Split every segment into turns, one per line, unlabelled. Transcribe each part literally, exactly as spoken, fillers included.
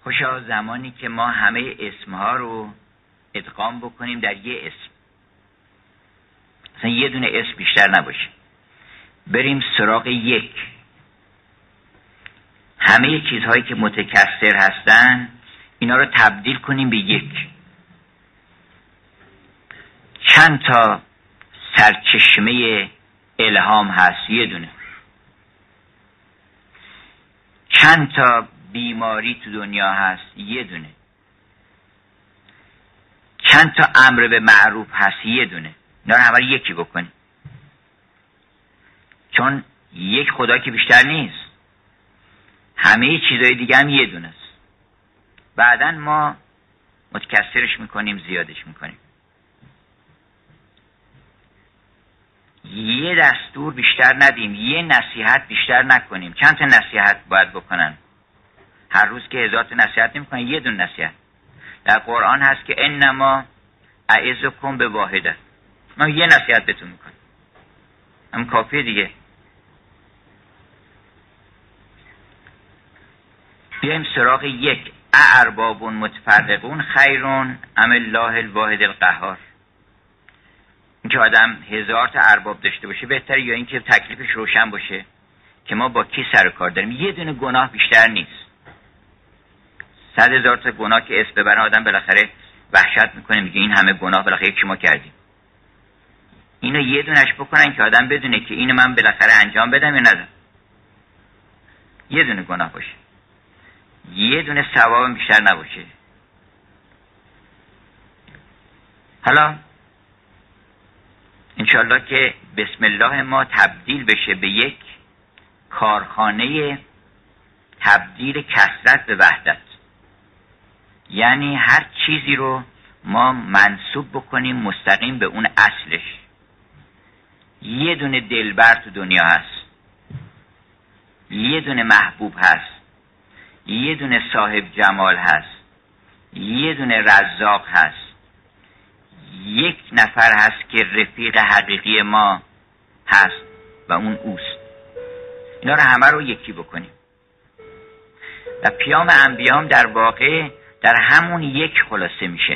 خوشا زمانی که ما همه اسمها رو ادغام بکنیم در یه اسم، مثلا یه دونه اسم بیشتر نباشه، بریم سراغ یک. همه چیزهایی که متکثر هستن اینا رو تبدیل کنیم به یک. چند تا سرچشمه الهام هست؟ یه دونه. چند تا بیماری تو دنیا هست؟ یه دونه. چند تا امر به معروف هست؟ یه دونه. اینا رو همه رو یکی بکنیم، چون یک خدا که بیشتر نیست، همه چیزهای دیگه هم یه دونه است. بعداً ما متکثرش میکنیم، زیادش میکنیم. یه دستور بیشتر ندیم، یه نصیحت بیشتر نکنیم. چند تا نصیحت باید بکنن؟ هر روز که هزار تا نصیحت نمیکنن، یه دونه نصیحت. در قرآن هست که انما اعظکم به واحده، من یه نصیحت بهتون میکنم، هم کافیه دیگه. بیایم سراغ یک. ارباب متفرقون خیرون ام الله الواحد القهار. اینکه آدم هزار تا ارباب داشته باشه بهتره، یا اینکه تکلیفش روشن باشه که ما با کی سر کار داریم؟ یه دونه گناه بیشتر نیست. صد هزار تا گناه که اسم ببرن آدم بالاخره وحشت میکنه، میگه این همه گناه بالاخره یکی ما کردیم. اینو یه دونش بکنن که آدم بدونه که اینو من بالاخره انجام بدم یا ندم. یه دونه گناه باشه، یه دونه ثواب بیشتر نباشه. حالا انشالله که بسم الله ما تبدیل بشه به یک کارخانه تبدیل کثرت به وحدت. یعنی هر چیزی رو ما منسوب بکنیم مستقیم به اون اصلش. یه دونه دلبر تو دنیا هست، یه دونه محبوب هست، یه دونه صاحب جمال هست، یه دونه رزاق هست، یک نفر هست که رفیق حقیقی ما هست و اون اوست. اینا رو همه رو یکی بکنیم و پیام انبیام در واقع در همون یک خلاصه میشه.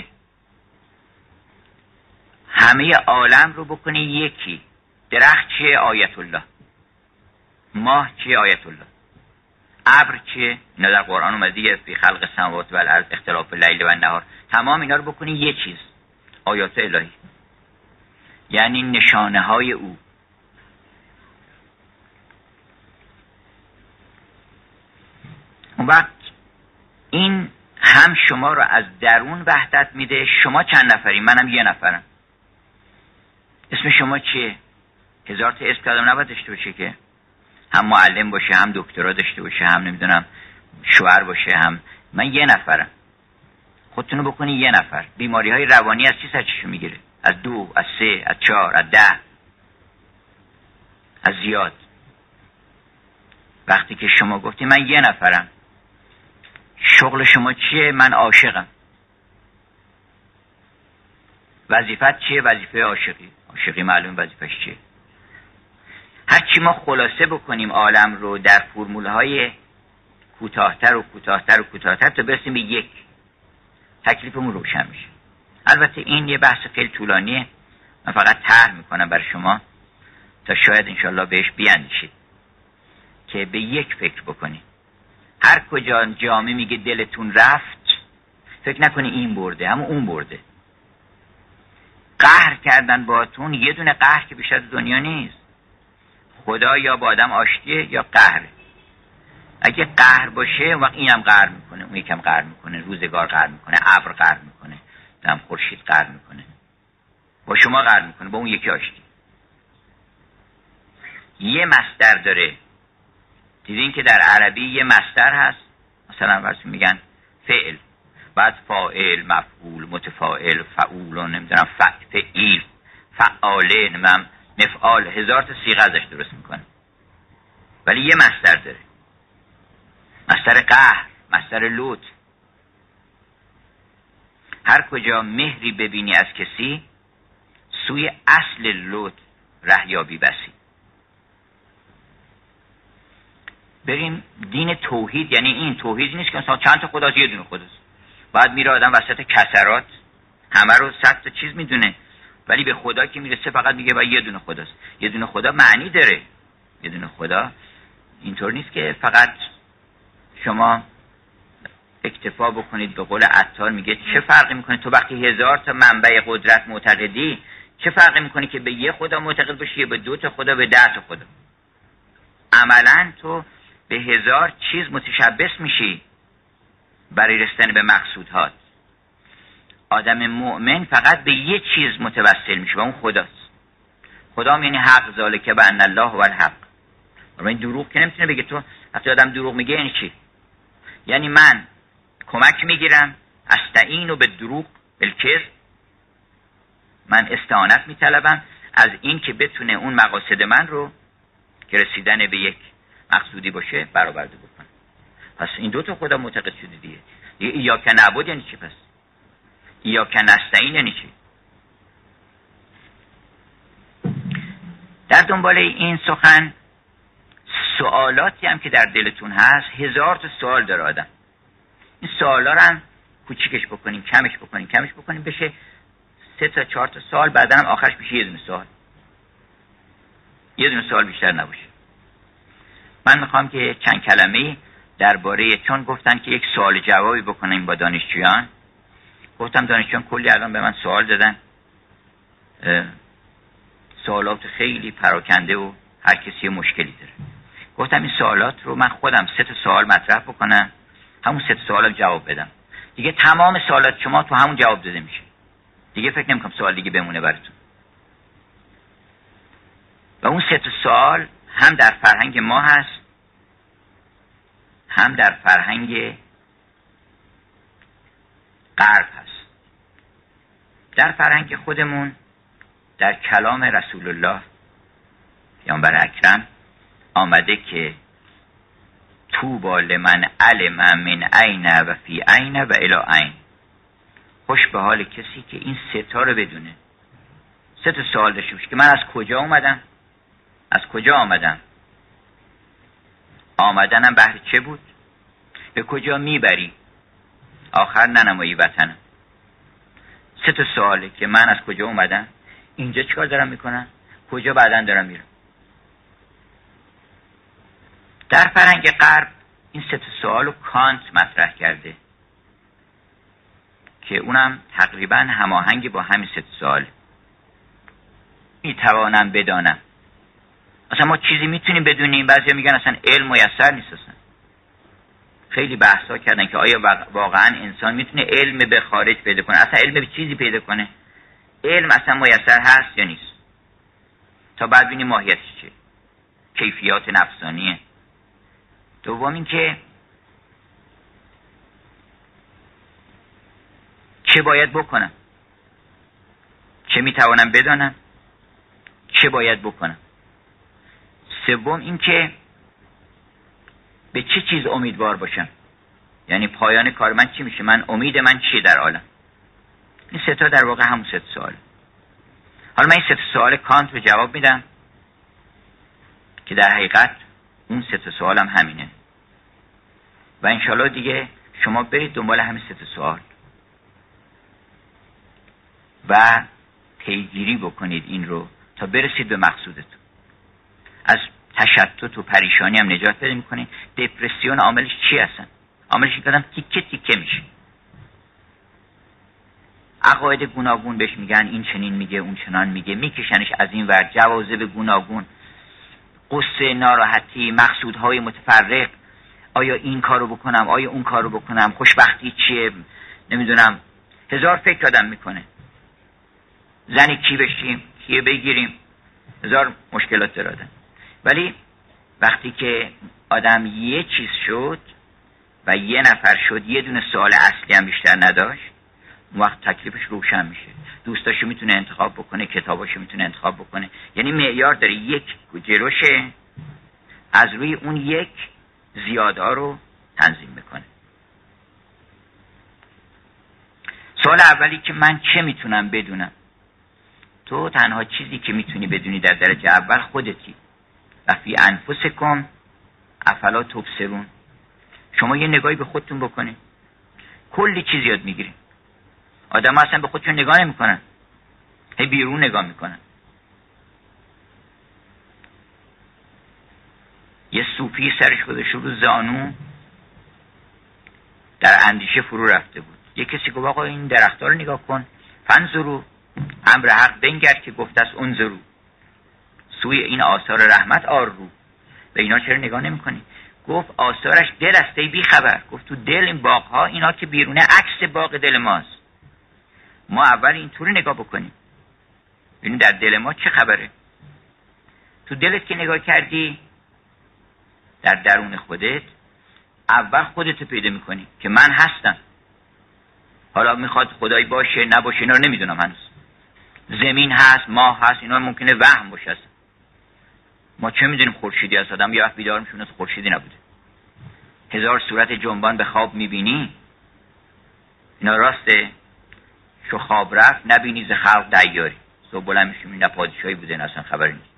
همه عالم رو بکنی یکی. درخت چیه؟ آیت الله. ماه چیه؟ آیت الله. ابر چیه؟ اینا در قرآن اومده دیگه، فی خلق السماوات و الارض اختلاف اللیل و النهار. تمام اینا رو بکنی یه چیز، آیات الهی، یعنی نشانه های او. اون وقت این هم شما رو از درون وحدت میده. شما چند نفری؟ منم یه نفرم. اسم شما چیه؟ هزار تا اسم کردم نباید داشته باشه که، هم معلم باشه، هم دکترا داشته باشه، هم نمیدونم شوهر باشه، هم من یه نفرم. خودتونو بکنی یه نفر. بیماری های روانی از چی سرچشمه میگیره؟ از دو، از سه، از چهار، از ده، از زیاد. وقتی که شما گفتی من یه نفرم، شغل شما چیه؟ من عاشقم. وظیفت چیه؟ وظیفه عاشقی. عاشقی معلوم وظیفش چیه. هرچی ما خلاصه بکنیم عالم رو در فرمولهای کوتاهتر و کوتاهتر و کوتاهتر تا برسیم به یک، تکلیفمون روشن میشه. البته این یه بحث خیلی طولانیه، من فقط طرح میکنم برای شما تا شاید انشالله بهش بیاندیشید که به یک فکر بکنید. هر کجا جامعه میگه دلتون رفت، فکر نکنی این برده، اما اون برده. قهر کردن باهاتون، یه دونه قهر که بیشتر دنیا نیست. خدا یا با آدم آشتیه یا قهره. اگه قهر باشه وقت اینم قهر میکنه، اون یکم قهر میکنه، روزگار قهر میکنه، ابر قهر میکنه، دم خورشید قهر میکنه، با شما قهر میکنه، با اون یکی آشتی. یه مصدر داره. دیدین که در عربی یه مصدر هست، مثلا واسه میگن فعل، بعد فاعل، مفعول، متفاعل، فعول، نمیدونم فعیل، فعاله، نمیدونم مفعال، هزار تا صیغه ازش درست میکنه. ولی یه مصدر داره، مصدر قهر، مصدر لطف. هر کجا مهری ببینی از کسی، سوی اصل لطف ره یابی بسی. بریم دین توحید، یعنی این توحید نیست که مثلا چند تا خداست، یه دونه خداست. بعد میره آدم وسط کسرات همه رو صد تا چیز میدونه، ولی به خدا که میرسه فقط میگه با یه دونه خداست. یه دونه خدا معنی داره. یه دونه خدا اینطور نیست که فقط شما اکتفا بکنید. به قول عطار میگه چه فرقی میکنه تو وقتی هزار تا منبع قدرت معتقدی، چه فرقی میکنه که به یه خدا معتقد باشی یا به دو تا خدا، به ده تا خدا؟ عملا تو به هزار چیز متشبث میشی برای رسیدن به مقصودهات. آدم مؤمن فقط به یه چیز متوسل میشه و اون خداست. خدا یعنی حق، ذالک بان الله هو الحق. این دروغ که نمیتونه بگه. تو وقتی آدم دروغ میگه یعنی چی؟ یعنی من کمک میگیرم، استعین و به دروغ بالکذب، من استعانت میطلبم از این که بتونه اون مقاصد من رو که رسیدن به یک مقصودی باشه برآورده بکنه. پس این دو تا خدا معتقد شده دیگه. ایاک نعبد یعنی چی؟ پس ایاک نستعین یعنی چی؟ در دنبال این سخن سوالاتی هم که در دلتون هست، هزار تا سوال داره آدم. این سوالا رو هم کوچیکش بکنیم، کمش بکنیم، کمش بکنیم بشه سه تا چهار تا سوال، بعدا هم آخرش بشه یه دونه سوال. یه دونه سوال بیشتر نباشه. من میخوام که چند کلمه درباره، چون گفتن که یک سوال جوابی بکنیم با دانشجویان، گفتم دانشجویان کلی الان به من سوال دادن، سوالات خیلی پراکنده و هر کسی مشکلی داره. گفتم این سوالات رو من خودم سه تا سوال مطرح بکنم، همون سه تا سوالم جواب بدم. دیگه تمام سوالات شما تو همون جواب داده میشه. دیگه فکر نمی‌کنم سوال دیگه بمونه براتون. و اون سه تا سوال هم در فرهنگ ما هست، هم در فرهنگ غرب هست. در فرهنگ خودمون در کلام رسول الله پیامبر اکرم آمده که طوبی لمن علم من عین و فی عین و الی عین. خوش به حال کسی که این سه تا رو بدونه. سه تا سوال داشته باشه که من از کجا اومدم؟ از کجا آمدم؟ آمدنم بهر چه بود؟ به کجا میبری؟ آخر ننمایی وطنم. سه تا سواله که من از کجا اومدم، اینجا چیکار دارم میکنم، کجا بعدن دارم میرم. در فرهنگ غرب این سه تا سوالو کانت مطرح کرده که اونم تقریبا هماهنگ با همین سه تا سوال. میتوانم بدانم. اصلا ما چیزی میتونیم بدونیم؟ بعضیا میگن اصلا علم میسر نیست. اصلا خیلی بحثا کردن که آیا واقعا انسان میتونه علم به خارج پیدا کنه، اصلا علم به چیزی پیدا کنه، علم اصلا میسر هست یا نیست، تا بعد ببینیم ماهیتش چیه، کیفیات نفسانیه. دوم این که چه باید بکنم، چه میتوانم بدانم، چه باید بکنم. سوم این که به چه چیز امیدوار باشم، یعنی پایان کار من چی میشه، من امید من چیه در عالم. این سه تا در واقع همون سه تا سوال. حالا من این سه تا سوال کانت رو جواب میدم که در حقیقت اون سه تا سوال هم همینه و انشالله دیگه شما برید دنبال همین سه تا سوال و پیگیری بکنید این رو تا برسید به مقصودتون. از تشتت و پریشانی هم نجات پیدا میکنید. دپرسیون عاملش چی هستن؟ عاملش این که آدم تیکه تیکه میشه. عقاید گوناگون بهش میگن، این چنین میگه اون چنان میگه، میکشنش از این ور، جوازب گوناگون، قصه، ناراحتی، مقصودهای متفرق. آیا این کارو بکنم، آیا اون کارو بکنم، خوشبختی چیه، نمیدونم، هزار فکر آدم میکنه. زنی کی بشیم، کیه بگیریم، هزار مشکلات داره. ولی وقتی که آدم یه چیز شد و یه نفر شد، یه دونه سوال اصلی هم بیشتر نداشت، اون وقت تکلیفش روشن میشه. دوستاشو میتونه انتخاب بکنه، کتاباشو میتونه انتخاب بکنه. یعنی معیار داره، یک جلوشه، از روی اون یک زیادها رو تنظیم میکنه. سوال اولی که من چه میتونم بدونم؟ تو تنها چیزی که میتونی بدونی در درجه اول خودتی. و فی انفسکم افلا تبصرون. شما یه نگاهی به خودتون بکنید، کلی چیز یاد میگیرید. آدم اصلا به خودشون نگاه نمیکنن، هی بیرون نگاه میکنن. یه صوفی سرش گذاشته رو زانو در اندیشه فرو رفته بود. یه کسی گفت آقا این درخت‌ها رو نگاه کن، فنظروا امر حق بنگر که گفته است انظروا، سوی این آثار رحمت آر رو، به اینا چرا نگاه نمی‌کنی؟ گفت آثارش دل است ای بی خبر. گفت تو دل این باغ‌ها اینا که بیرونه عکس باغ دل ماست. ما اول اینطوری نگاه بکنیم ببینیم در دل ما چه خبره. تو دلت که نگاه کردی در درون خودت، اول خودت پیدا میکنی که من هستم. حالا میخواد خدایی باشه نباشه اینا رو نمیدونم هنوز. زمین هست، ماه هست، اینا ممکنه وهم باشه. ما چه میدونیم خورشیدی هست؟ آدم یه وقت بیدار میشونه خورشیدی نبوده. هزار صورت جنبان به خواب میبینی، اینا راسته؟ شو خواب رفت نبینی ز خلق دیاری. صبح بلند میشیم این نه پادشاهی بوده نه اصلا خبری نیست.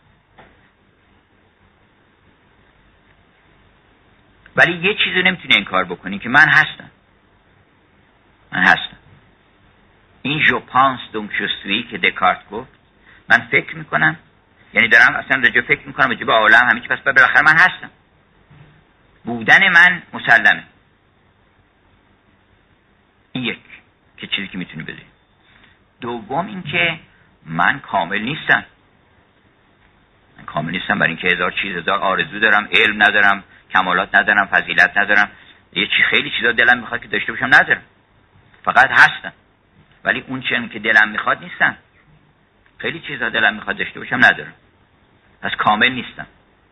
ولی یه چیزو نمیتونی انکار بکنی که من هستم. من هستم. این جو پانس دونک جو سوی که دکارت گفت، من فکر میکنم، یعنی دارم اصلا راجع فکر میکنم راجع به عالم همه چی، پس بالاخره من هستم. بودن من مسلمه. این یک که چیزی که میتونی بدونی. دوم این که من کامل نیستم. من کامل نیستم برای اینکه هزار چیز، هزار آرزو دارم، علم ندارم، کمالات ندارم، فضیلت ندارم، یه چی خیلی چیزا دلم میخواد که داشته باشم ندارم. فقط هستم. ولی اون چیزی که دلم میخواد نیستم. خیلی چیزا دلم میخواد داشته باشم ندارم. پس کامل نیستم.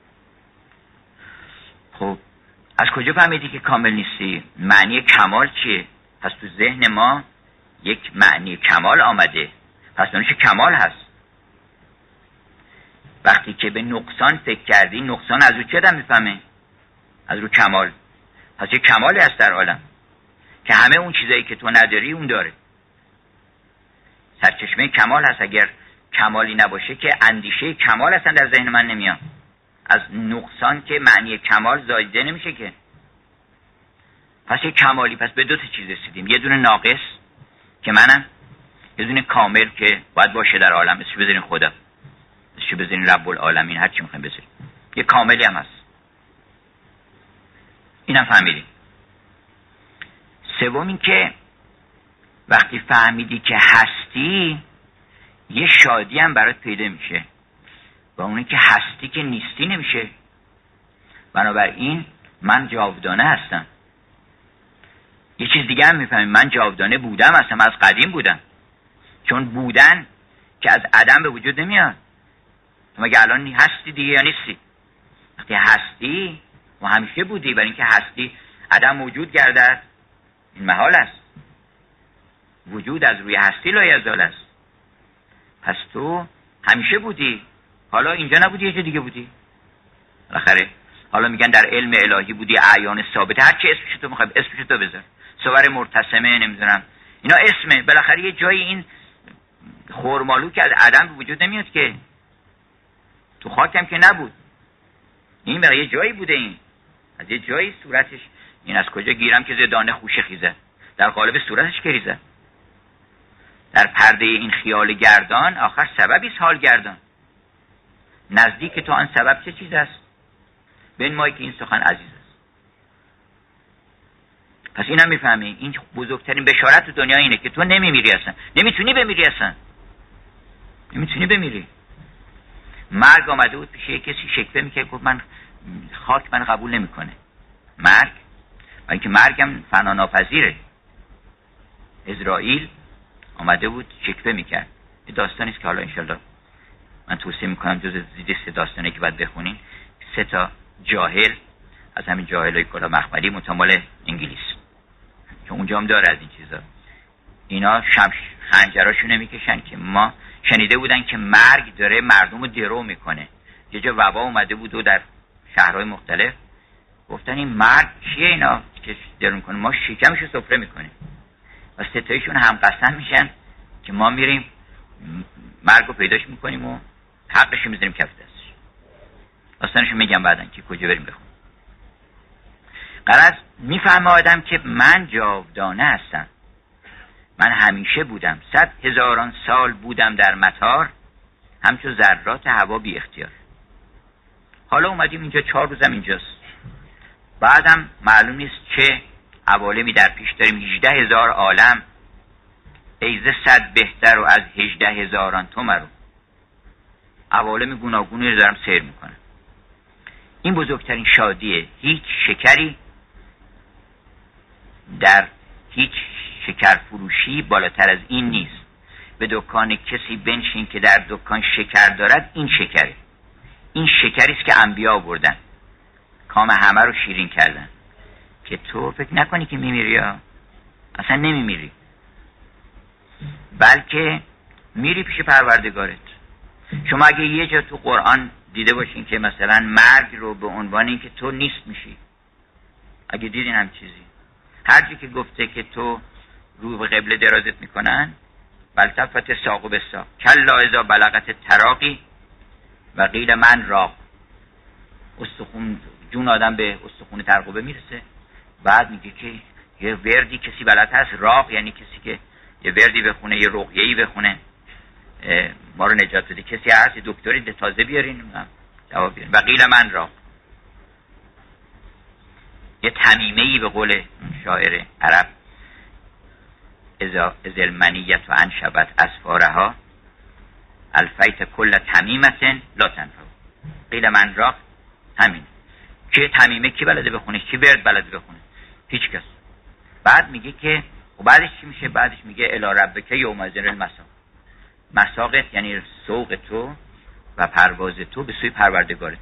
خب از کجا فهمیدی که کامل نیستی؟ معنی کمال چیه؟ پس تو ذهن ما یک معنی کمال آمده. پس معنیش کمال هست. وقتی که به نقصان فکر کردی، نقصان از رو چه آدم میفهمه؟ از رو کمال. پس یه کمالی هست در عالم که همه اون چیزایی که تو نداری اون داره. سرچشمه کمال هست. اگر کمالی نباشه که اندیشه کمال اصلا در ذهن من نمیاد. از نقصان که معنی کمال زایده نمیشه که. پس یه کمالی. پس به دو تا چیز رسیدیم، یه دونه ناقص که منم، یه دونه کامل که باید باشه در عالم. اسمش بذارین خدا، اسمش بذارین رب العالمین، هر چی میخواین بذارین. یه کاملی هم هست. اینم فهمیدیم. سوم این که وقتی فهمیدی که هستی، یه شادی هم برات پیدا میشه. و اونی که هستی که نیستی نمیشه. بنابراین من جاودانه هستم. یه چیز دیگه هم میفهمیم، من جاودانه بودم، اصلا از قدیم بودم. چون بودن که از عدم به وجود نمیاد. تو مگه الان هستی دیگه یا نیستی؟ وقتی هستی و همیشه بودی. برای اینکه هستی عدم موجود گردد این محال است. وجود از روی هستی لایزال است. پس تو همیشه بودی. حالا اینجا نبودی یه جا دیگه بودی. بالاخره حالا میگن در علم الهی بودی، اعیان ثابته، هر چی اسمش تو میخوای اسمش تو بذار، صور مرتسمه، نمیدونم اینا اسمه. بالاخره یه جایی این خرمالو که از عدم به وجود نمیاد که. تو خاکم که نبود. این برای یه جایی بوده. این از یه جایی صورتش، این از کجا گیرم که زدانه خوشه خیزه، در قالب صورتش که ریزه. در پرده این خیال گردان آخر سببی است حال گردان. نزدیک تو آن سبب چه چیز است؟ بین مایی که این سخن عزیز است. پس اینم میفهمی این بزرگترین بشارت تو دنیا اینه که تو نمیمیری اصلا. نمیتونی بمیری اصلا. نمیتونی بمیری. مرگ آمده بود پیش یک کسی شکوه میکرد، گفت من خاک من قبول نمیکنه. مرگ، و اینکه مرگم فنا ناپذیره. اسرائیل آمده بود شکوه میکرد. این داستانی است که حالا انشالله من توصیه میکنم جز سه داستانی که باید بخونین. سه تا جاهل از همین جاهلای کلا مخملی متمال انگلیس، چون اونجا هم داره از این چیزا. اینا شمش خنجراشونو میکشن که ما شنیده بودن که مرگ داره مردم رو درو میکنه. یه جا وبا اومده بود و در شهرهای مختلف گفتن این مرگ چیه اینا که درو میکنه؟ ما شکمشو سفره میکنیم. و ستایشون هم قسم میشن که ما میریم مرگ رو پیداش میکنیم و حقش میذاریم کف دستش. داستانشو میگم بعدن که کجا بریم بخونیم. غرض میفهمه آدم که من جاودانه هستم، من همیشه بودم، صد هزاران سال بودم در مطار، همچون ذرات هوا بی اختیار. حالا اومدیم اینجا، چهار روزم اینجاست، بعدم معلوم نیست چه عوالمی در پیش داریم. هجده هزار عالم، ایزه صد بهتر و از هجده هزاران تو مرو، عوالم گوناگونی رو دارم سیر میکنم. این بزرگترین شادیه. هیچ شکری در هیچ شکر فروشی بالاتر از این نیست. به دکان کسی بنشین که در دکان شکر دارد، این شکره. این شکری است که انبیا آوردن، کام همه رو شیرین کردن، که تو فکر نکنی که میمیری، ها اصلا نمیمیری، بلکه میری پیش پروردگارت. شما اگه یه جا تو قرآن دیده باشین که مثلا مرگ رو به عنوان این که تو نیست میشی، اگه دیدین هم چیزی، هر جا که گفته که تو رو به قبله درازت میکنن، بلتفت ساقو به ساق کلا اذا بلغت تراقی و قیل من راق، استخون جون آدم به استخون ترقبه میرسه. بعد میگه که یه وردی کسی بلد هست، راق یعنی کسی که یه وردی بخونه، یه رقیه‌ای بخونه ما رو نجات بده. کسی هست یه دکتری ده تازه بیارین جواب بیارین. و قیل من راق، یه تمیمه‌ای به قول شاعر عرب، اذا ازل منیت و انشبت اسفارها الفیت کل تمیمت لا تنفع. قیل من راق همین که تمیمه کی بلده بخونه، کی ورد بلده بخونه؟ هیچ کس. بعد میگه که و بعدش چی میشه؟ بعدش میگه الی ربک یومئذ المساق، مساقت یعنی سوق تو و پرواز تو به سوی پروردگارت.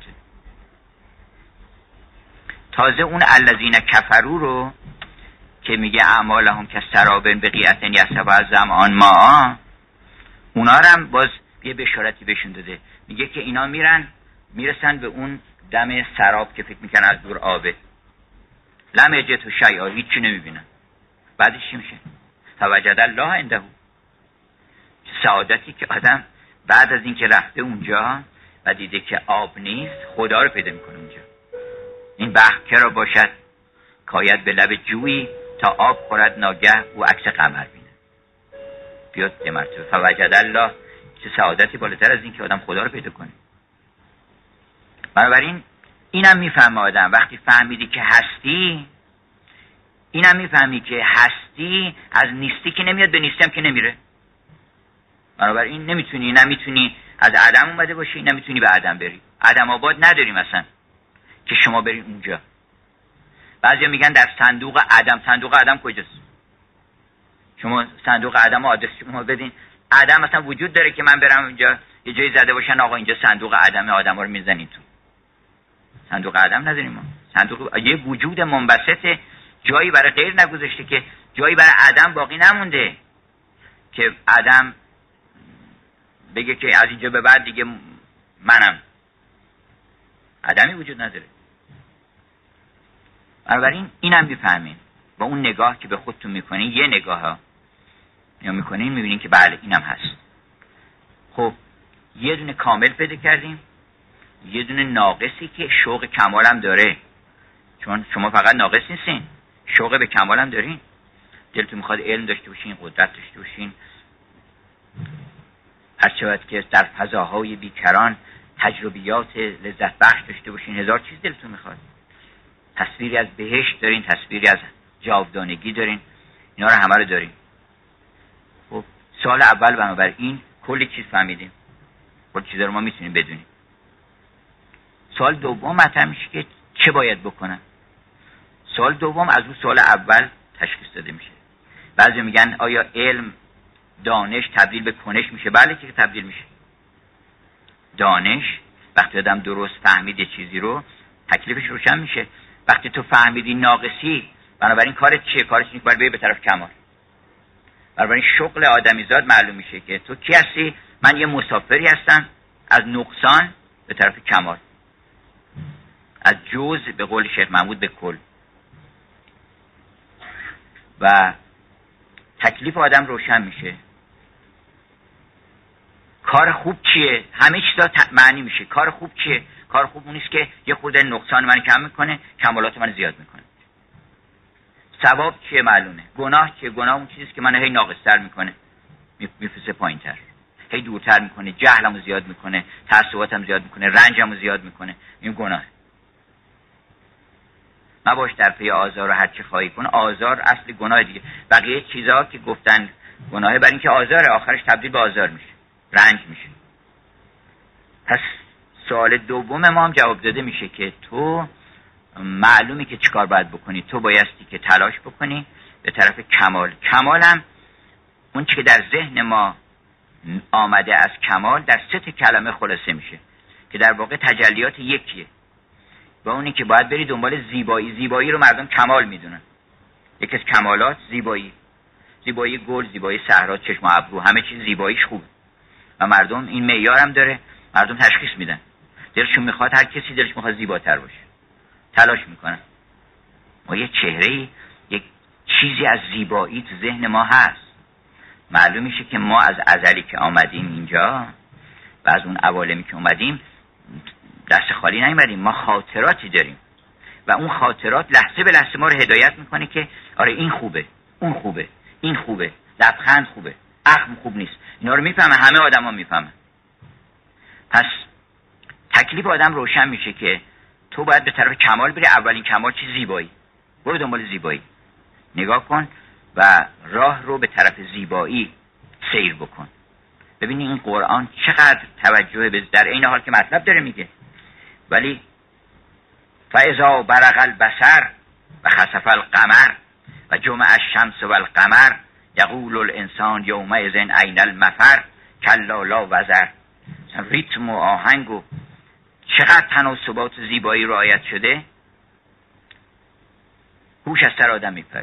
تازه اون الذین کفروا رو که میگه اعمالهم کسرابن بقیعة یصب الظمآن ماء، اونا رو هم باز یه بشارتی بهشون داده. میگه که اینا میرن میرسن به اون دم سراب که فکر میکنن از دور آبه، لم یجدوا شیئا، هیچی نمیبینن. بعدش چی میشه؟ فوجد الله عنده. چه سعادتی که آدم بعد از اینکه رفته اونجا و دیده که آب نیست، خدا رو پیدا میکنه اونجا. این بحر که را باشد کاید به لب جویی، تا آب خورد ناگه او عکس قمر بینه. بیاد یه مرتبه فوجد الله. چه سعادتی بالاتر از این که آدم خدا رو پیدا کنه. بنابراین اینم میفهمه آدم وقتی فهمیدی که هستی، اینم میفهمی که هستی از نیستی که نمیاد، به نیستی هم که نمیره. بنابراین نمیتونی، نمیتونی از عدم اومده باشی، نمیتونی به عدم بری. عدم آباد نداریم اصلا که شما بری اونجا. بعضیا میگن در صندوق عدم. صندوق عدم کجاست؟ شما صندوق عدم آدرس شما بدین. عدم مثلا وجود داره که من برم اونجا یه جایی زده باشن آقا اینجا صندوق عدم، آدما رو میزنین تو. صندوق عدم نداریم ما. صندوق یه وجود منبسط، جایی برای غیر نگذاشته، که جایی برای عدم باقی نمونده که عدم بگه که از اینجا به بعد دیگه منم. عدمی وجود نداره. بنابراین اینم بفهمین با اون نگاه که به خودتون میکنین، یه نگاه ها یا میکنین میبینین که بله اینم هست. خب یه دونه کامل پیدا کردیم، یه دونه ناقصی که شوق کمالم داره، چون شما فقط ناقص نیستین، شوق به کمالم دارین. دلتون میخواد علم داشته باشین، قدرت داشته باشین، هر چقدر که در فضاهای بیکران تجربیات لذت بخش داشته باشین، هزار چیز دلتون میخواد. تصویری از بهشت دارین، تصویری از جاودانگی دارین، اینا رو همه رو دارین. خب سال اول بنابراین کلی چیز فهمیدیم، کلی چیزا رو ما میتونیم بدونیم. سال دوم مطرح میشه که چه باید بکنم. سال دوم از اون سال اول تشخیص داده میشه. بعضی میگن آیا علم، دانش تبدیل به کنش میشه؟ بله که تبدیل میشه. دانش وقتی آدم درست فهمید یه چیزی رو، تکلیفش روشن میشه. وقتی تو فهمیدی ناقصی، بنابراین کارت چیه؟ کارت اینه که باید بری به طرف کمال. بنابراین شغل آدمیزاد معلوم میشه که تو کی هستی. من یه مسافری هستم از نقصان به طرف کمال، از جز به قول شیخ محمود به کل. و تکلیف آدم روشن میشه. کار خوب چیه؟ همه چیزا معنی میشه. کار خوب چیه؟ کار خوب اونیست که یه خورده نقصان من کم میکنه، کمالات من زیاد میکنه. ثواب چیه معلومه، گناه چیه، گناه اون چیزی که منو هی ناقص‌تر میکنه، میفرسته پایین‌تر، هی دورتر میکنه، جهلمو زیاد میکنه، تعصباتم زیاد میکنه، رنجمو زیاد میکنه. این گناه. مباش در پی آزار و هر چی خواهی کنه. آزار اصل گناه دیگه. بقیه چیزا که گفتن گناهه برای اینکه آزاره، آخرش تبدیل به آزار میشه، رنج میشه. پس سوال دوم ما هم جواب داده میشه که تو معلومه که چیکار باید بکنی. تو بایستی که تلاش بکنی به طرف کمال. کمالم اون چی که در ذهن ما آمده از کمال در سه تا کلمه خلاصه میشه که در واقع تجلیات یکیه، و اونی که باید بری دنبال زیبایی. زیبایی رو مردم کمال میدونن. یکی از کمالات زیبایی، زیبایی گل، زیبایی صحرا، چشم و ابرو، همه چیز زیباییش خوبه و مردم این معیارم داره. مردم تشخیص میدن، دلشون میخواد، هر کسی دلش میخواد زیباتر باشه، تلاش میکنن. ما یه چهره، یک چیزی از زیبایی تو ذهن ما هست. معلوم میشه که ما از ازلی که آمدیم اینجا و از اون عوالمی که اومدیم دست خالی نیومدیم. ما خاطراتی داریم و اون خاطرات لحظه به لحظه ما رو هدایت میکنه که آره این خوبه، اون خوبه، این خوبه، لبخند خوبه، اخم خوب نیست. اینا رو میفهمه، همه آدما میفهمن. پس تکلیف آدم روشن میشه که تو باید به طرف کمال بری. اولین کمال چی؟ زیبایی. برو دنبال زیبایی، نگاه کن و راه رو به طرف زیبایی سیر بکن. ببینی این قرآن چقدر توجه به، در این حال که مطلب داره میگه، ولی فاذا برق البصر و خسف القمر و جمع الشمس و القمر یقول الانسان یومئذ این المفر کلا لا وزر. ریتم و آهنگ و چقدر تناسبات زیبایی رعایت شده، هوش از سر آدم میپره.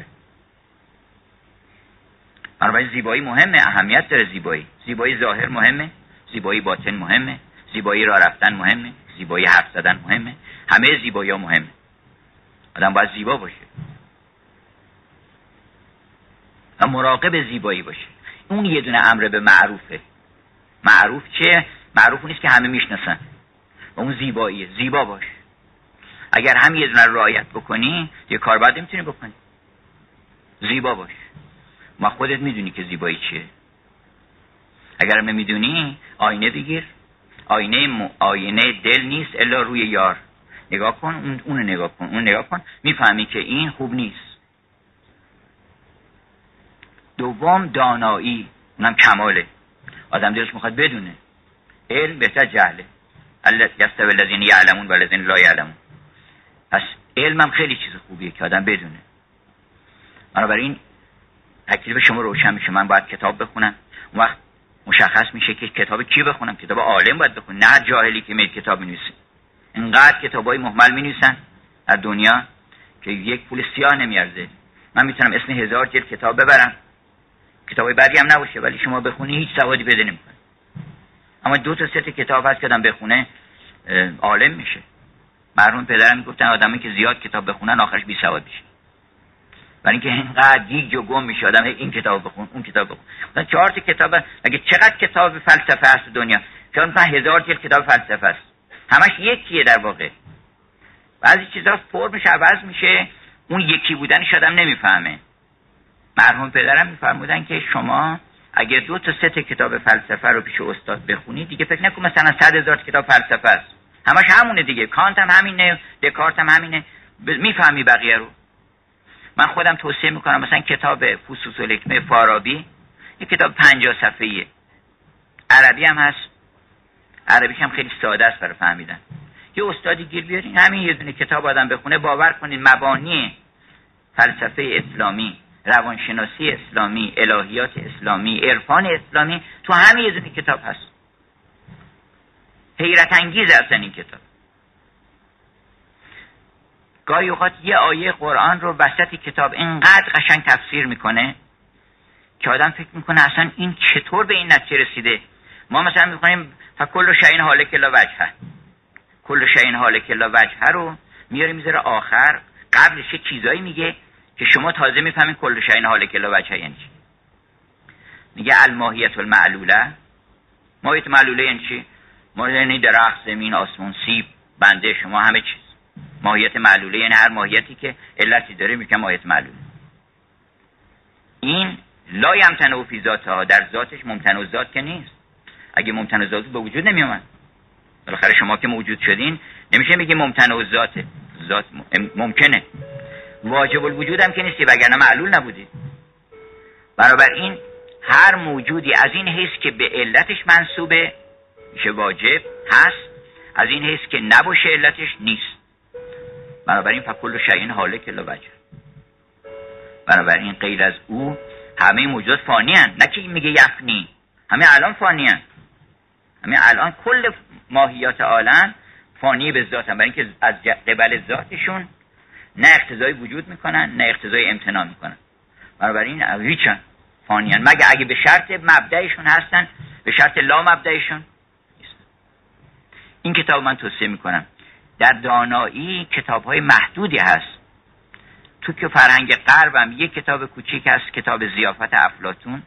بنابراین زیبایی مهمه، اهمیت داره. زیبایی زیبایی ظاهر مهمه، زیبایی باطن مهمه، زیبایی راه رفتن مهمه، زیبایی حرف زدن مهمه، همه زیبایی ها مهمه. آدم باید زیبا باشه و مراقب زیبایی باشه. اون یه دونه امر به معروفه. معروف چیه؟ معروف نیست که همه میشناسن، و اون زیباییه. زیبا باش. اگر هم یه دونه رو رعایت بکنی یه کار بعد میتونی بکنی. زیبا باش. ما خودت میدونی که زیبایی چیه. اگر نمیدونی آینه بگیر. آینه م... آینه دل نیست الا روی یار. نگاه کن، اون اون نگاه کن، اون نگاه کن، میفهمی که این خوب نیست. دوم دانایی، اونم کماله. آدم دلش میخواد بدونه. علم بهتر جهله. الله یستوی الذین یعلمون و الذین لا یعلمون. پس علمم خیلی چیز خوبیه که آدم بدونه. بنابراین تکلیف شما روشن میشه. من باید کتاب بخونم. اون وقت مشخص میشه که کتاب کی بخونم. کتاب عالم باید بخونم، نه جاهلی که میاد کتاب مینویسه. اینقدر کتابای مهمل مینویسن در دنیا که یک پول سیاه نمیارزه. من میتونم اسم هزار جلد کتاب ببرم، کتابای بعدی هم نباشه، ولی شما بخونی هیچ سوادی پیدا نمیکنه. اما دو تا سه تا کتاب هست که آدم بخونه عالم میشه. مرحوم پدرم میگفتن آدمی که زیاد کتاب بخونن آخرش بی سواد میشه. برای اینکه اینقدر گیج و گم میشه آدم، این کتاب بخون، اون کتاب بخون. مثلا چهار تا کتاب، اگه چقدر کتاب فلسفه هست تو دنیا، چون مثلا هزار جلد کتاب فلسفه است. همش یکیه در واقع. بعضی چیزا فرمش عوض میشه، اون یکی بودنش آدم نمیفهمه. مرحوم پدرم میفرمودن که شما اگه دو تا سه تا کتاب فلسفه رو پیش استاد بخونید دیگه فکر نکن مثلا صد هزار کتاب فلسفه است. همش همونه دیگه. کانت هم همینه، دکارت هم همینه. میفهمی بقیه رو. من خودم توصیه میکنم مثلا کتاب فصوص الحکمه فارابی، یک کتاب پنجاه صفحه‌ایه. عربی هم هست. عربیش هم خیلی ساده است برای فهمیدن. یه استادی گیر بیارین همین یه دونه کتاب آدم بخونه، باور کنین مبانی فلسفه اسلامی، روانشناسی اسلامی، الهیات اسلامی، عرفان اسلامی تو همین یه دونه کتاب هست. حیرت انگیز اصلا این کتاب. گاهی اوقات یه آیه قرآن رو وسط کتاب اینقدر قشنگ تفسیر میکنه که آدم فکر میکنه اصلا این چطور به این نتیجه رسیده. ما مثلا میخونیم فکل شیء هالک الا وجهه، کل شیء هالک الا وجهه رو میاره میذاره آخر، قبلش یه چیزایی میگه که شما تازه میفهمین کل شیء هالک الا وجهه یعنی چی. میگه الماهیت المعلوله. ماهیت معلوله یعنی چی؟ ما یعنی درخت، زمین، آسمون، سیب، بنده شما، همه چیز. ماهیت معلوله یعنی هر ماهیتی که علتی داره میگه ماهیت معلوله. این لا یمتنع فی ذاتها، در ذاتش ممتنع ذات که نیست. اگه ممتنع ذات به وجود نمی اومد. بالاخره شما که موجود شدین نمیشه بگی ممتنع ذاته. ذات ممکنه، واجب الوجود هم که نیستی، وگرنه معلول نبودی. بنابراین هر موجودی از این حیث که به علتش منسوبه میشه واجب هست، از این حیث که نباشه علتش نیست. بنابراین فکل شیء هالک الا وجهه. بنابراین غیر از او همه موجودات فانی هستند. نه که میگه یفنی، همه الان فانی هستند. همه الان کل ماهیات عالم فانی به ذات هستند، برای اینکه از قبل ذاتشون نه اقتضای وجود میکنن نه اقتضای امتناع میکنن. بنابراین هیچن فانی هستند، مگه اگه به شرط مبدأشون هستن، به شرط لا مبدأشون نیستن. این کتاب من توصیه میکنم. در دانایی کتاب‌های محدودی هست. تو که فرهنگ غربم یک کتاب کوچیک هست، کتاب ضیافت افلاطون،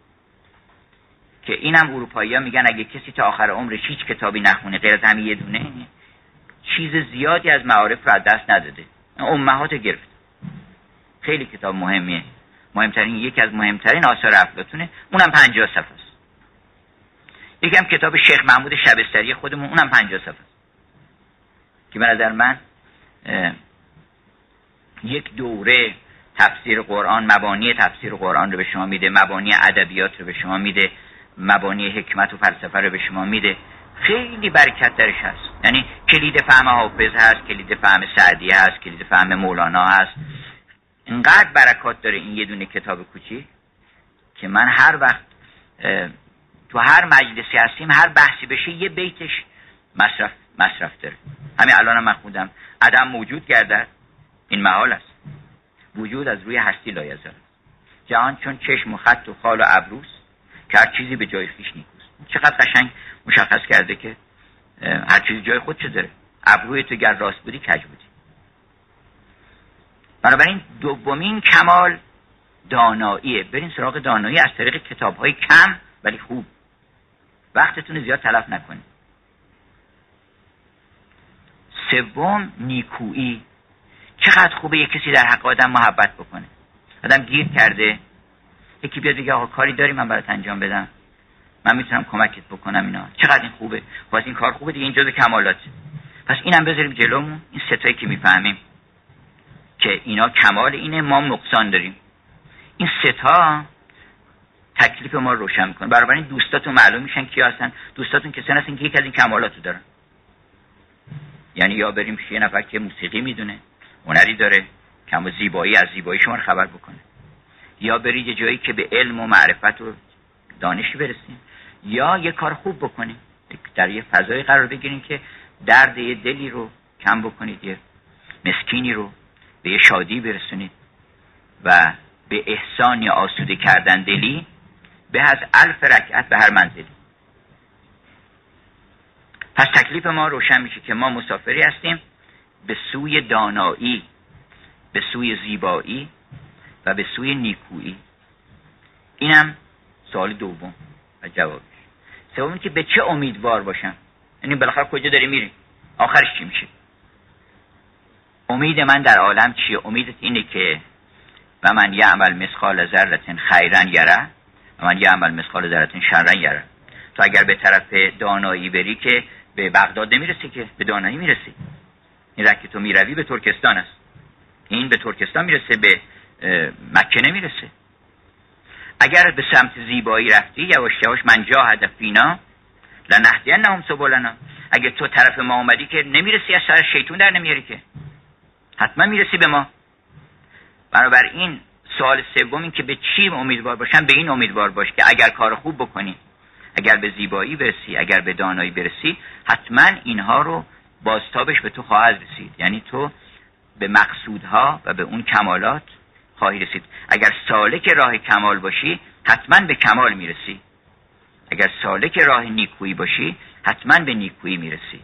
که اینم اروپایی‌ها میگن اگه کسی تا آخر عمرش هیچ کتابی نخونه غیر از همین یه دونه، چیز زیادی از معارف رو از دست نداده. امهات گرفت. خیلی کتاب مهمیه. مهمترین، یکی از مهمترین آثار افلاطونه. اونم پنجاه صفحه است. یکم کتاب شیخ محمود شبستری خودمون، اونم پنجاه صفحه است. که به نظر من یک دوره تفسیر قرآن، مبانی تفسیر قرآن رو به شما میده، مبانی ادبیات رو به شما میده، مبانی حکمت و فلسفه رو به شما میده. خیلی برکت درش هست. یعنی کلید فهم حافظ هست، کلید فهم سعدی هست، کلید فهم مولانا هست. اینقدر برکات داره این یه دونه کتاب کوچیک که من هر وقت تو هر مجلسی هستیم، هر بحثی بشه یه بیتش مصرف مصرف داره. همین الانم من خودم عدم موجود گردد این محال است، وجود از روی هستی لایزال. جهان چون چشم و خط و خال و ابروست که هر چیزی به جای خویش نیکوست. چقدر قشنگ مشخص کرده که هر چیزی جای خودش داره. ابروی تو گر راست بودی کج بودی. بنابراین دومین کمال داناییه. برین سراغ دانایی از طریق کتاب‌های کم ولی خوب. وقتتون زیاد تلف نکنید. سوم نیکویی. چقدر خوبه یک کسی در حق آدم محبت بکنه. آدم گیر کرده، یکی بیاد بگه آقا کاری داری من برات انجام بدم، من میتونم کمکت بکنم، اینا چقدر این خوبه. پس این کار خوبه دیگه، این جزء کمالاته. پس اینم بذاریم جلومون، این ستایی که میفهمیم که اینا کمال اینه، ما نقصان داریم. این ستا تکلیف ما رو روشن میکنه. برای این دوستاتون معلوم میشن کیا هستن. دوستاتون کسانی هستن که یک از این کمالاتو دارن. یعنی یا بریم پیش یه نفر که موسیقی میدونه، هنری داره، کم و زیبایی از زیبایی شما رو خبر بکنه، یا برید یه جایی که به علم و معرفت و دانشی برسیم، یا یه کار خوب بکنید، در یه فضای قرار بگیرین که درد یه دلی رو کم بکنید، یه مسکینی رو به یه شادی برسونید و به احسان یا آسوده کردن دلی به از الف رکعت به هر منزلی. پس تکلیف ما روشن میشه که ما مسافری هستیم به سوی دانایی، به سوی زیبایی و به سوی نیکویی. اینم سوال دوم و جوابش. سوم که به چه امیدوار باشم، یعنی بالاخره کجا داری میری، آخرش چی میشه. امید من در عالم چیه؟ امیدت اینه که و من یعمل مثقال ذره خیرا یره و من یعمل مثقال ذره شرا یره. تو اگر به طرف دانایی بری که به بغداد نمیرسی، که به دانایی میرسی. این راه که تو میروی به ترکستان است، این به ترکستان میرسه، به مکه نمیرسه. اگر به سمت زیبایی رفتی، یواش یواش من جاهد فینا لنهدینهم سبلنا، اگه تو طرف ما اومدی که نمیرسی، از سر شیطون در نمیاری، که حتما میرسی به ما. بنابراین سوال سوم این که به چی امیدوار باشم، به این امیدوار باش که اگر کار خوب بکنی، اگر به زیبایی برسی، اگر به دانایی برسی، حتما اینها رو بازتابش به تو خواهد رسید. یعنی تو به مقصودها و به اون کمالات خواهی رسید. اگر سالک راه کمال باشی حتما به کمال میرسی، اگر سالک راه نیکویی باشی حتما به نیکویی میرسی.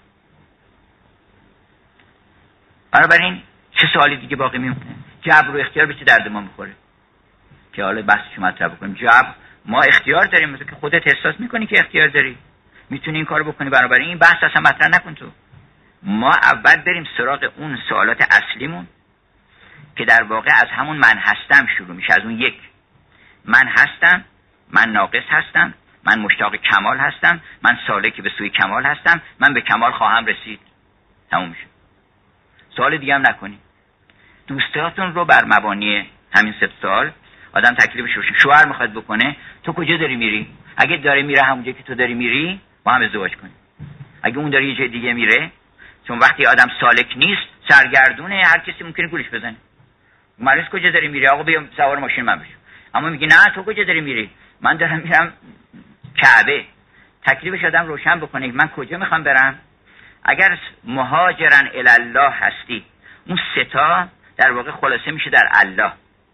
بنابراین چه سوالی دیگه باقی میمونه؟ جبر و اختیار به چه درد ما میخوره که حالا بحثش مطرح بکنیم. جبر ما اختیار داریم، مثل که خودت احساس میکنی که اختیار داری، میتونی این کارو بکنی. بنابراین این بحث اصلا مطرح نکن. تو ما اول بریم سراغ اون سوالات اصلیمون که در واقع از همون من هستم شروع میشه، از اون یک. من هستم، من ناقص هستم، من مشتاق کمال هستم، من سالک به سوی کمال هستم، من به کمال خواهم رسید. تموم میشه. سوال دیگه هم نکنی. دوستاتون رو بر مبانی همین سه سال آدم تکلیفش روشن. شوهر میخواد بکنه، تو کجا داری میری؟ اگه داره میره همونجا که تو داری میری، با هم ازدواج کنی. اگه اون داره یه جای دیگه میره، چون وقتی آدم سالک نیست، سرگردونه، هر کسی ممکنه گولش بزنه. مریض کجا داری میری؟ آقا بیا سوار ماشین من بشو. اما میگی نه تو کجا داری میری؟ من دارم میرم کعبه. تکلیفش آدم روشن بکنه من کجا میخوام برم. اگر مهاجرن الی الله هستی، اون سه تا در واقع خلاصه میشه در الله.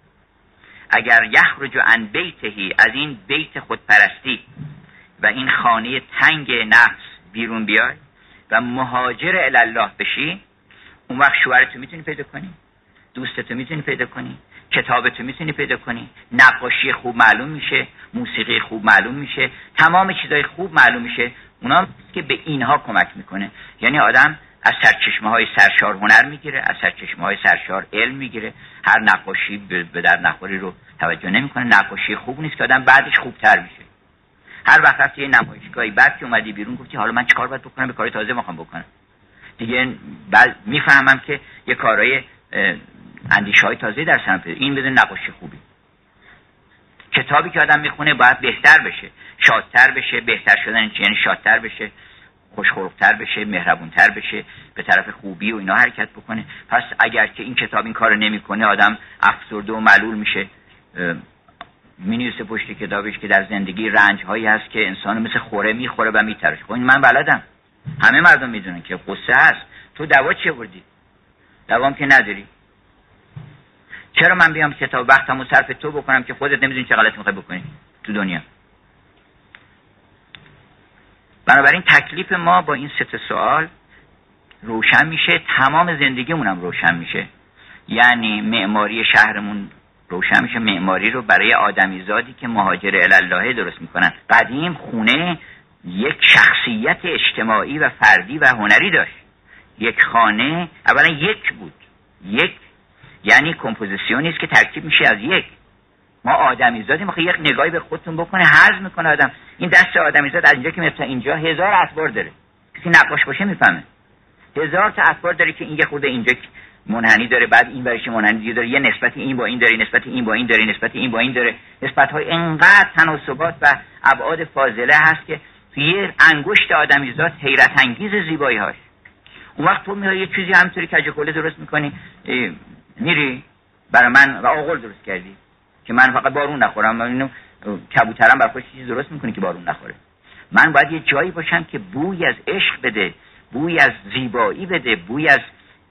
اگر یخرج عن بیته، از این بیت خودپرستی و این خانه تنگ نفس بیرون بیای و مهاجر الی الله بشی، اون وقت شوهرتو میتونی پیدا کنی، دوستتو میتونی پیدا کنی، کتابتو میتونی پیدا کنی، نقاشی خوب معلوم میشه، موسیقی خوب معلوم میشه، تمام چیزای خوب معلوم میشه. اونا که به اینها کمک میکنه. یعنی آدم از سرچشمه های سرشار هنر میگیره، از سرچشمه های سرشار علم میگیره. هر نقاشی به در نخوری رو توجه نمیکنه. نقاشی خوب نیست که آدم بعدش خوبتر میشه. هر وقت رفتی یه نمایشگاهی بعد که اومدی بیرون گفتی حالا من چیکار باید بکنم، به کار تازه میخوام بکنم دیگه، بعد میفهمم که یه کارهای اندیشه‌های تازه در سرم پیدا. این بدون نقاشی خوبی. کتابی که آدم میخونه باید بهتر بشه، شادتر بشه. بهتر شدن یعنی شادتر بشه، خوشخلقتر بشه، مهربونتر بشه، به طرف خوبی و اینا حرکت بکنه. پس اگر که این کتاب این کارو نمیکنه، آدم افسرده و ملول میشه. مینویسه پشت کتابش که در زندگی رنج هایی هست که انسان مثل خوره میخوره و میترشه. خب این من بلدم، همه مردم میدونن که قصه هست. تو دوا چه بردی؟ دوام که نداری. چرا من بیام کتاب وقتمو صرف تو بکنم که خودت نمیدونی چه غلطی میخوای بکنی تو دنیا؟ بنابراین تکلیف ما با این سه تا سوال روشن میشه، تمام زندگیمون هم روشن میشه. یعنی معماری شهرمون روشن میشه، معماری رو برای آدمیزادی که مهاجر الی الله درست میکنن. قدیم خونه یک شخصیت اجتماعی و فردی و هنری داشت. یک خانه اولا یک بود، یک یعنی کمپوزیسیونی است که ترکیب میشه از یک. ما آدمیزادی میخواد یک نگاهی به خودتون بکنه، هضم میکنه آدم. این دست آدمیزاد از اینجا که میاد تا اینجا هزار اطوار داره. کسی نقاش باشه میفهمه. هزار تا اطوار داره که این یه خورده اینجا منحنی داره، بعد این ورش منحنی داره، یه نسبت این با این داره، نسبت این با این داره، نسبت این با این داره. نسبت‌های انقدر تناسبات و ابعاد فاضله هست که توی انگشت آدمیزاد حیرت انگیز زیبایی‌هاش. اون وقت تو میای یه چیزی همینطوری کج کله درست می‌کنی، میری برای من و آغل درست کردی که من فقط بارون نخورم. من اینو کبوترم برای خودش چیز درست می‌کنی که بارون نخوره. من باید یه جایی باشم که بوی از عشق بده، بوی از زیبایی بده، بوی از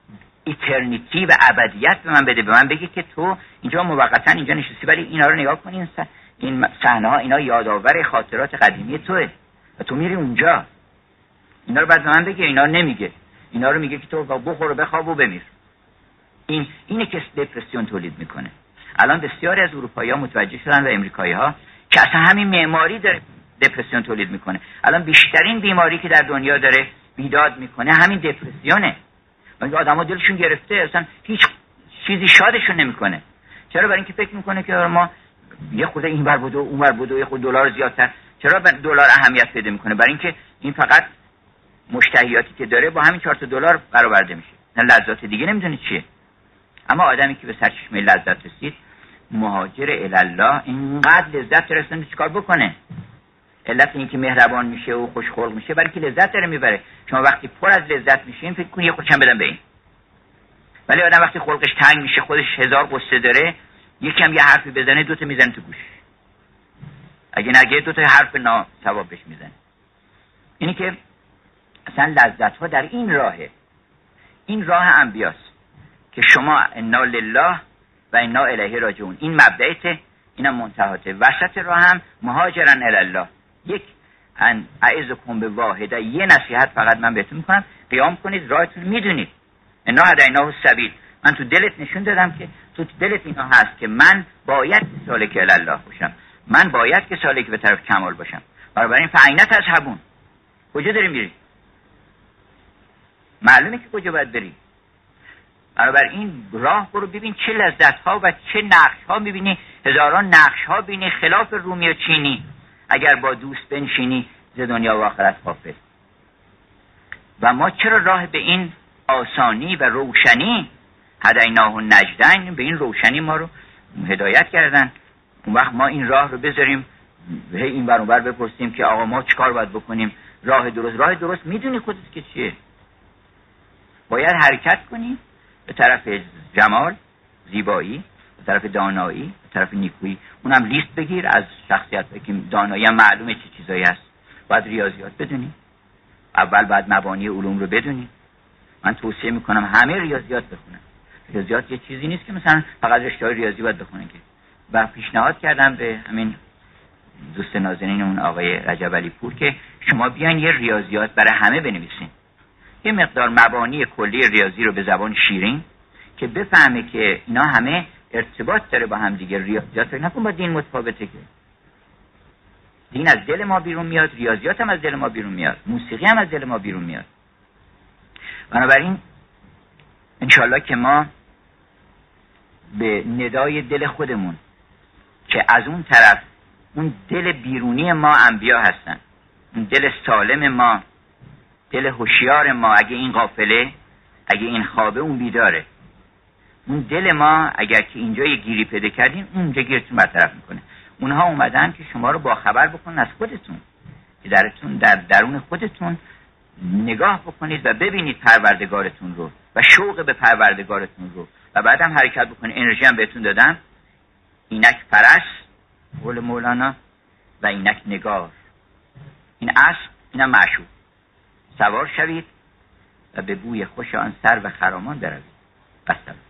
ایترنیتی و ابدیت به من بده، به من بگه که تو اینجا موقتا اینجا نشستی ولی اینا رو نگاه کنین، این صحنه ها اینا یادآور خاطرات قدیمی توئه و تو میری اونجا. اینا رو بعد به من بگه، اینا رو نمیگه. اینا رو میگه که تو بخور و بخواب و بمیر. این اینه که دپرسیون تولید میکنه. الان بسیاری از اروپایی‌ها متوجه شدن و امریکایی‌ها که اصلا همین معماری داره دپرسیون تولید میکنه. الان بیشترین بیماری که در دنیا داره بیداد میکنه همین دپرسیونه. ولی آدم‌ها دلشون گرفته، اصلا هیچ چیزی شادشون نمیکنه. چرا؟ برای اینکه فکر میکنه که ما یه خورده این ور بودو اون ور بودو، یه خورده دلار زیادتر. چرا دلار اهمیت پیدا میکنه؟ برای اینکه این فقط مشتهیاتی که داره با همین چهار تا دلار برآورده میشه. نه لذات دیگه نمیدونه چیه. اما آدمی که به سرچشمه لذت رسید، مهاجر الی الله، اینقدر لذت رسونه چیکار بکنه؟ علت این که مهربان میشه و خوشخلق میشه برای که لذت داره میبره. شما وقتی پر از لذت میشین فکر کنید یه خورچم بدم به این. ولی آدم وقتی خلقش تنگ میشه، خودش هزار قصه داره، یکم یه حرفی بزنه دوتا میزنه تو گوش. اگه نگه دوتا حرف ناثواب بهش میزنه. اینی که اصلا لذت ها در این راهه. این راه انبیاست که شما انا لله و انا الیه راجعون. این مبدأته، اینم منتهاته. وسط راه هم مهاجرن الی الله. یک ان اعظکم به واحده، یه نصیحت فقط من بهتون میکنم، قیام کنید، راهتون میدونید. انا هدیناه السبیل، من تو دلت نشون دادم که تو دلت اینا هست که من باید سالک الی الله باشم، من باید که سالک به طرف کمال باشم. برای این فعینت از هبون، کجا داری میری؟ معلومه که کجا باید بری. برای این راه برو ببین چه لذت ها و چه نقش ها میبینی هزاران نقش ها بینی خلاف رومی و چینی، اگر با دوست بنشینی ز دنیا و آخرت غافل. و ما چرا راه به این آسانی و روشنی هدیناه النجدین، به این روشنی ما رو هدایت کردن، اون وقت ما این راه رو بذاریم هی این ور اون ور بپرسیم که آقا ما چیکار باید بکنیم؟ راه درست، راه درست میدونی خودت که چیه؟ باید حرکت کنی به طرف جمال، زیبایی، به طرف دانایی، به طرف نیکویی. اونم لیست بگیر از شخصیت که دانایی هم معلومه چه چی چیزایی هست. باید ریاضیات بدونی، اول باید مبانی علوم رو بدونی. من توصیه میکنم همه ریاضیات بخونن. ریاضیات یه چیزی نیست که مثلا فقط رشته ریاضی باید بخونن که. و پیشنهاد کردم به همین دوست نازنین اون آقای رجب علی پور که شما بیاین یه ریاضیات برای همه بنویسین، یه مقدار مبانی کلی ریاضی رو به زبان شیرین که بفهمه که اینا همه ارتباط داره با هم دیگه. ریاضیات رو نکن با دین متفاوته که دین از دل ما بیرون میاد، ریاضیات هم از دل ما بیرون میاد، موسیقی هم از دل ما بیرون میاد. بنابراین انشالله که ما به ندای دل خودمون که از اون طرف اون دل بیرونی ما انبیا هستن، اون دل سالم ما، دل هوشیار ما، اگه این غافله، اگه این خوابه اون بیداره، اون دل ما اگر که اینجا یه گیری پیدا کردین اونجا گیرتون برطرف میکنه. اونها اومدن که شما رو باخبر بکنن از خودتون، که درتون در درون خودتون نگاه بکنید و ببینید پروردگارتون رو و شوق به پروردگارتون رو و بعدم حرکت بکنید. انرژی هم بهتون دادم، اینک پرست قول مولانا و اینک نگار، این اسب اینم معشوق، سوار شوید و به بوی خوش آن سر و خرامان بروید. بسته.